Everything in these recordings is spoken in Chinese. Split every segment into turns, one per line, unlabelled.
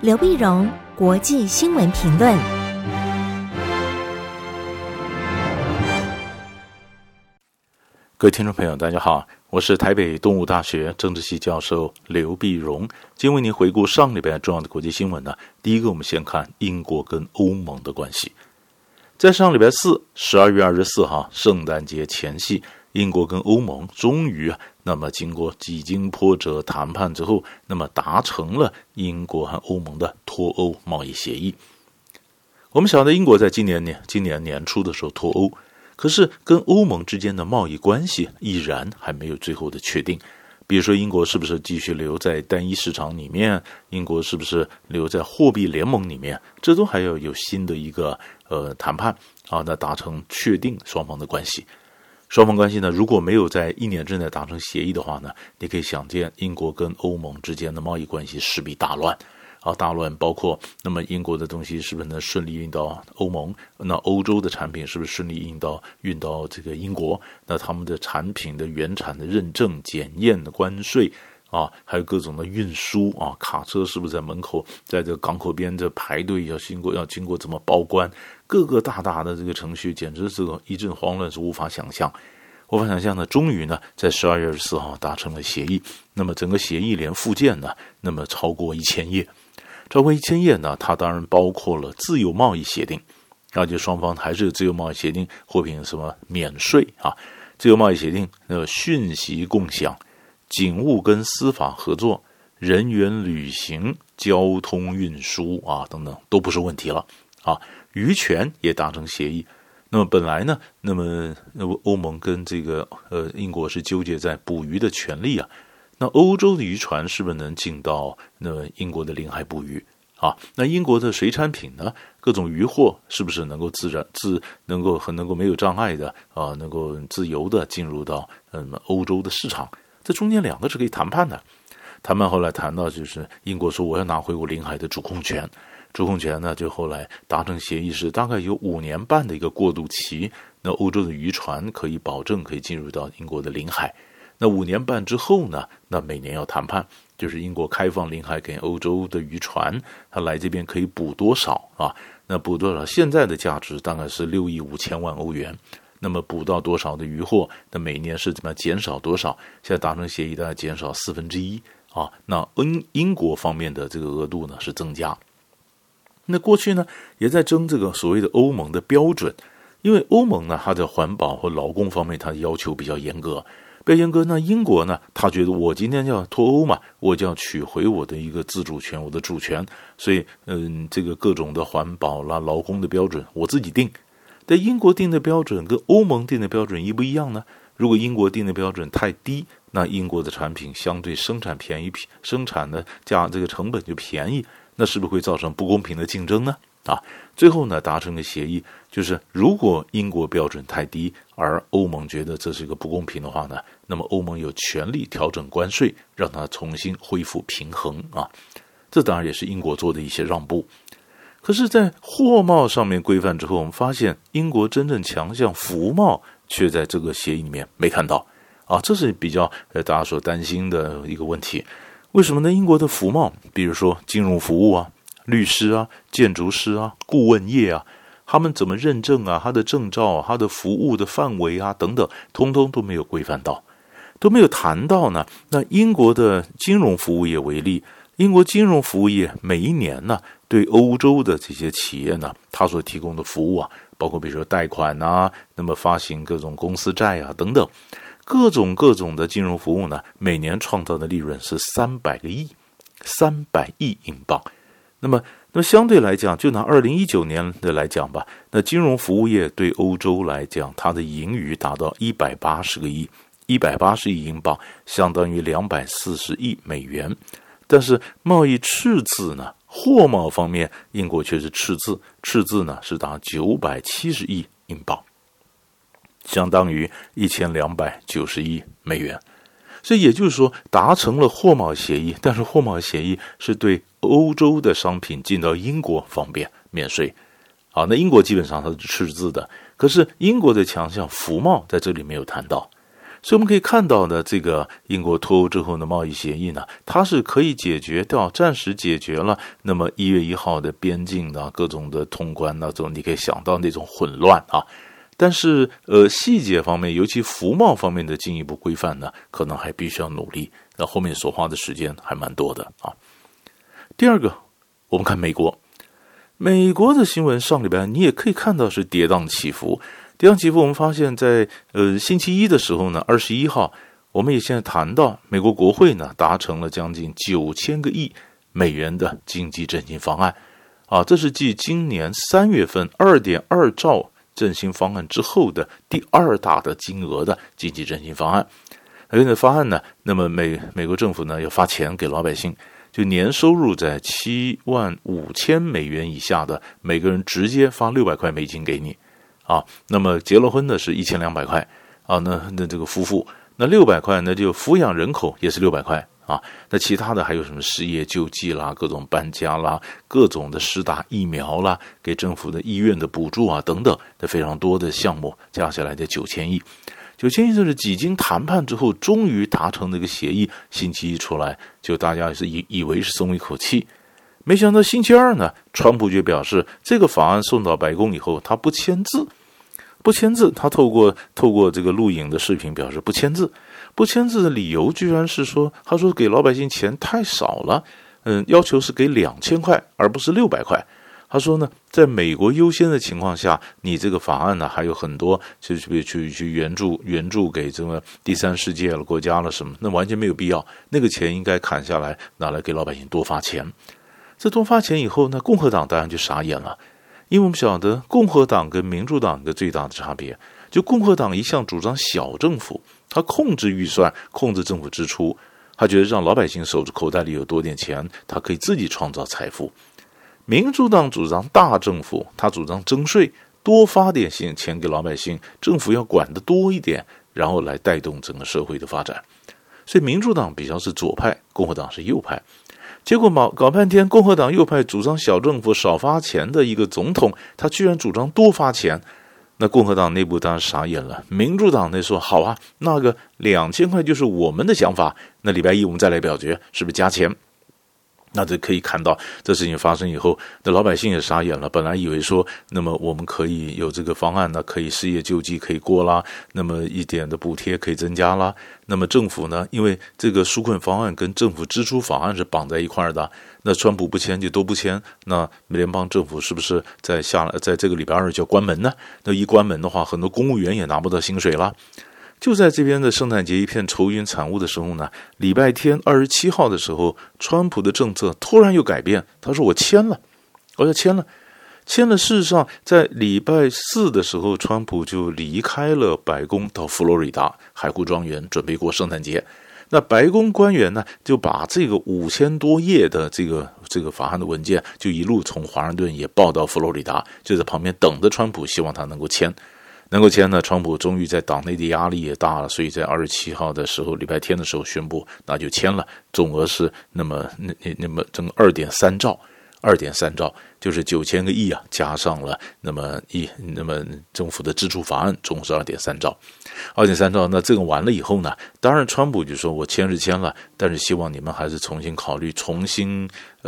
刘必荣国际新闻评论。
各位听众朋友大家好，我是台北东吴大学政治系教授刘必荣，今天为您回顾上礼拜重要的国际新闻呢。第一个，我们先看英国跟欧盟的关系。在上礼拜四12月24号圣诞节前夕，英国跟欧盟终于那么经过几经波折谈判之后，那么达成了英国和欧盟的脱欧贸易协议。我们晓得英国在今年年初的时候脱欧，可是跟欧盟之间的贸易关系依然还没有最后的确定。比如说英国是不是继续留在单一市场里面，英国是不是留在货币联盟里面，这都还要有新的一个谈判那达成确定双方的关系。双方关系呢，如果没有在1年之内达成协议的话呢，你可以想见英国跟欧盟之间的贸易关系势必大乱。大乱包括那么英国的东西是不是能顺利运到欧盟，那欧洲的产品是不是顺利运到这个英国，那他们的产品的原产的认证检验的关税还有各种的运输卡车是不是在门口在这个港口边这排队要经过怎么报关，各个大的这个程序简直是一阵慌乱，是无法想象呢。终于呢在12月24号达成了协议，那么整个协议连附件呢那么超过1000页呢，它当然包括了自由贸易协定，就双方还是有自由贸易协定，货品什么免税自由贸易协定，讯息共享、警务跟司法合作、人员旅行、交通运输等等都不是问题了渔权也达成协议。那么本来呢，那么欧盟跟这个英国是纠结在捕鱼的权利那欧洲的渔船是不是能进到英国的领海捕鱼那英国的水产品呢，各种渔货是不是能够能够没有障碍的能够自由的进入到欧洲的市场？这中间两个是可以谈判的。谈判后来谈到就是英国说我要拿回我领海的主控权呢，就后来达成协议是大概有5年半的一个过渡期，那欧洲的渔船可以保证可以进入到英国的领海。那5年半之后呢，那每年要谈判，就是英国开放领海给欧洲的渔船，它来这边可以捕多少那捕多少，现在的价值大概是6亿5千万欧元，那么捕到多少的渔获，那每年是怎么减少多少，现在达成协议大概减少1/4那英国方面的这个额度呢是增加。那过去呢也在争这个所谓的欧盟的标准，因为欧盟呢它的环保或劳工方面它的要求比较严格，那英国呢他觉得我今天要脱欧嘛，我就要取回我的一个自主权，我的主权，所以这个各种的环保啦劳工的标准我自己定。但英国定的标准跟欧盟定的标准一不一样呢？如果英国定的标准太低，那英国的产品相对生产便宜，生产的这个成本就便宜，那是不是会造成不公平的竞争呢？最后呢达成个协议，就是如果英国标准太低，而欧盟觉得这是一个不公平的话呢，那么欧盟有权利调整关税，让它重新恢复平衡这当然也是英国做的一些让步。可是在货贸上面规范之后，我们发现英国真正强项服贸却在这个协议里面没看到这是比较大家所担心的一个问题。为什么呢？英国的服贸，比如说金融服务律师建筑师顾问业他们怎么认证他的证照他的服务的范围等等，通通都没有规范到，都没有谈到呢。那英国的金融服务业为例，英国金融服务业每一年呢对欧洲的这些企业呢，他所提供的服务包括比如说贷款那么发行各种公司债等等，各种的金融服务呢，每年创造的利润是300亿英镑。那么相对来讲，就拿2019年的来讲吧，那金融服务业对欧洲来讲，它的盈余达到180个亿，180亿英镑，相当于240亿美元。但是贸易赤字呢，货贸方面，英国却是赤字呢是达970亿英镑，相当于1290亿美元。所以也就是说达成了货贸协议，但是货贸协议是对欧洲的商品进到英国方便免税那英国基本上它是赤字的，可是英国的强项服贸在这里没有谈到。 所以我们可以看到的，这个英国脱欧之后的贸易协议呢，它是可以解决掉，暂时解决了那么1月1号的边境的各种的通关那种，你可以想到那种混乱啊。但是细节方面，尤其服贸方面的进一步规范呢，可能还必须要努力。那后面所花的时间还蛮多的啊。第二个，我们看美国的新闻，上礼拜你也可以看到是跌宕起伏。我们发现在星期一的时候呢，21号，我们也现在谈到美国国会呢达成了将近9000个亿美元的经济振兴方案啊，这是继今年3月份2.2兆振兴方案之后的第2大的金额的经济振兴方案。而这个方案呢，那么美国政府呢要发钱给老百姓，就年收入在75000美元以下的每个人直接发600块美金给你啊。那么结了婚的是1200块啊，那这个夫妇那600块，那就抚养人口也是600块啊。那其他的还有什么失业救济啦，各种搬家啦，各种的施打疫苗啦，给政府的医院的补助啊等等的非常多的项目，加起来的9000亿。9000亿就是几经谈判之后终于达成的一个协议，星期一出来，就大家是以为是松一口气。没想到星期二呢，川普就表示这个法案送到白宫以后，他不签字，他透过这个录影的视频表示不签字的理由居然是说，他说给老百姓钱太少了，要求是给2000块而不是600块。他说呢，在美国优先的情况下，你这个法案呢还有很多去援助给这个第三世界了国家了什么，那完全没有必要，那个钱应该砍下来拿来给老百姓多发钱。这多发钱以后呢，共和党当然就傻眼了，因为我们晓得共和党跟民主党的最大的差别，就共和党一向主张小政府，他控制预算，控制政府支出，他觉得让老百姓手口袋里有多点钱，他可以自己创造财富。民主党主张大政府，他主张征税，多发点钱给老百姓，政府要管得多一点，然后来带动整个社会的发展。所以民主党比较是左派，共和党是右派。结果搞半天，共和党右派主张小政府少发钱的一个总统，他居然主张多发钱。那共和党内部当然傻眼了，民主党内说好啊，那个2000块就是我们的想法，那礼拜一我们再来表决，是不是加钱？那这可以看到，这事情发生以后，那老百姓也傻眼了。本来以为说，那么我们可以有这个方案呢，可以失业救济可以过啦，那么一点的补贴可以增加啦。那么政府呢，因为这个纾困方案跟政府支出法案是绑在一块的，那川普不签就都不签，那联邦政府是不是在这个礼拜2就要关门呢？那一关门的话，很多公务员也拿不到薪水啦。就在这边的圣诞节一片愁云惨雾的时候呢，礼拜天27号的时候，川普的政策突然又改变，他说我签了。事实上在礼拜4的时候，川普就离开了白宫，到佛罗里达海湖庄园准备过圣诞节。那白宫官员呢，就把这个5000多页的这个法案的文件，就一路从华盛顿也报到佛罗里达，就在旁边等着川普，希望他能够签呢。川普终于在党内的压力也大了，所以在27号的时候，礼拜天的时候宣布，那就签了，总额是那么整个2.3兆，就是9000个亿啊，加上了那么政府的支出法案，总是2.3兆。那这个完了以后呢，当然川普就说我签是签了，但是希望你们还是重新考虑，重新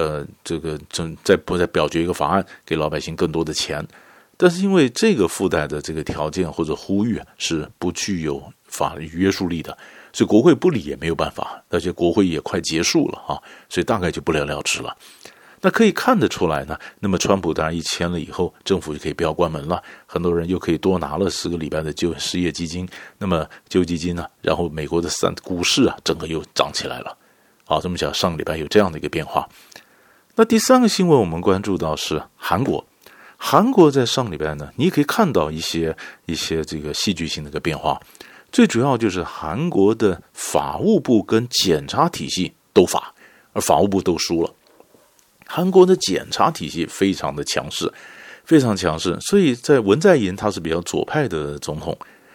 再表决一个法案，给老百姓更多的钱。但是因为这个附带的这个条件或者呼吁是不具有法律约束力的，所以国会不理也没有办法，而且国会也快结束了啊，所以大概就不了了之了。那可以看得出来呢，那么川普当然一签了以后，政府就可以不要关门了，很多人又可以多拿了10个礼拜的失业基金，那么就业基金呢，然后美国的股市啊，整个又涨起来了。好，这么讲，上个礼拜有这样的一个变化。那第3个新闻我们关注到是韩国在上礼拜呢，你也可以看到一些这个戏剧性的一个变化。最主要就是韩国的法务部跟检察体系都罚，而法务部都输了。韩国的检察体系非常的强势，所以在文在寅他是比较左派的总统，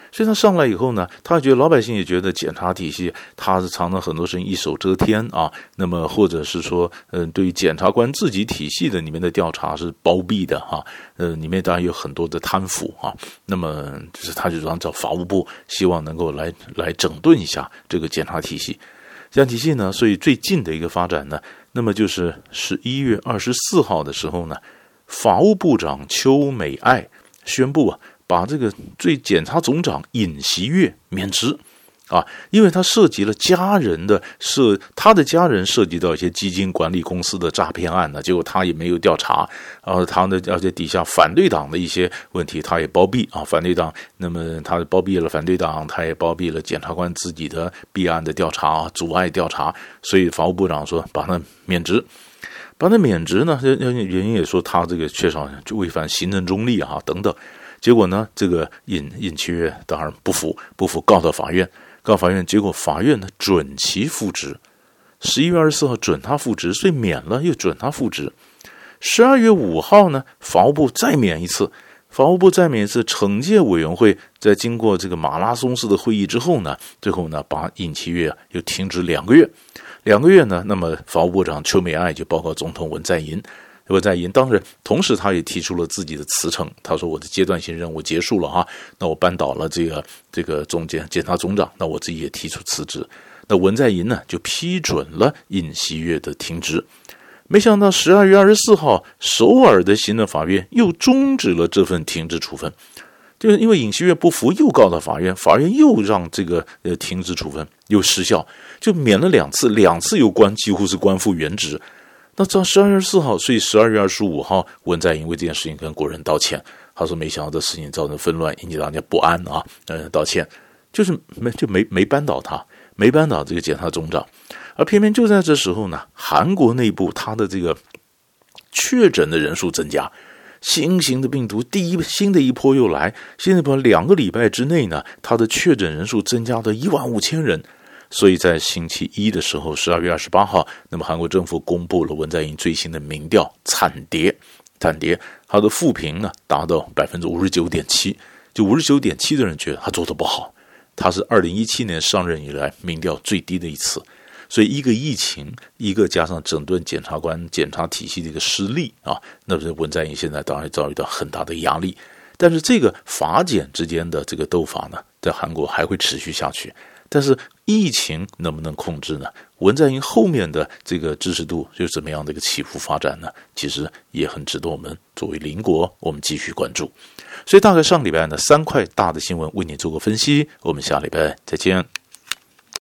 所以他上来以后呢，他觉得老百姓也觉得检察体系他是常常很多事情一手遮天啊，那么或者是说对于检察官自己体系的里面的调查是包庇的哈，里面当然有很多的贪腐啊，那么就是他就找法务部，希望能够来整顿一下这个检察体系。检察体系呢，所以最近的一个发展呢，那么就是11月24号的时候呢，法务部长邱美爱宣布把这个检察总长尹锡悦免职啊，因为他涉及了他的家人涉及到一些基金管理公司的诈骗案呢，结果他也没有调查，而且底下反对党的一些问题他也包庇啊，反对党，那么他包庇了反对党，他也包庇了检察官自己的弊案的调查，阻碍调查，所以法务部长说把他免职。把他免职呢，原因也说他这个缺少就违反行政中立啊等等，结果呢，这个尹锡悦当然不服告到法院，结果法院呢准其复职，11月24号准他复职，所以免了又准他复职。12月5号呢，法务部再免一次，惩戒委员会在经过这个马拉松式的会议之后呢，最后呢把尹锡悦又停职2个月。2个月呢，那么法务部长邱美爱就报告总统文在寅，当然同时他也提出了自己的辞呈，他说我的阶段性任务结束了哈，那我扳倒了这个检察总长，那我自己也提出辞职。那文在寅呢就批准了尹锡悦的停职。没想到12月24号，首尔的行政法院又终止了这份停职处分，就是因为尹锡悦不服，又告到法院，法院又让这个停职处分又失效，就免了2次又几乎是官复原职。那到12月24号，所以12月25号，文在寅为这件事情跟国人道歉，他说没想到这事情造成纷乱，引起大家不安啊，道歉，就是没扳倒他，没扳倒这个检察总长。而偏偏就在这时候呢，韩国内部他的这个确诊的人数增加，新型的病毒新的一波又来，现在2个礼拜之内呢，他的确诊人数增加到15000人。所以在星期一的时候，12月28号，那么韩国政府公布了文在寅最新的民调惨跌，他的负评呢达到 59.7%， 就 59.7% 的人觉得他做得不好，他是2017年上任以来民调最低的一次。所以一个疫情，一个加上整顿检察体系的一个失利啊，那文在寅现在当然遭遇到很大的压力。但是这个法检之间的这个斗法呢，在韩国还会持续下去。但是疫情能不能控制呢？文在寅后面的这个支持度是怎么样的一个起伏发展呢？其实也很值得我们作为邻国，我们继续关注。所以大概上礼拜呢，3块大的新闻为你做个分析，我们下礼拜再见。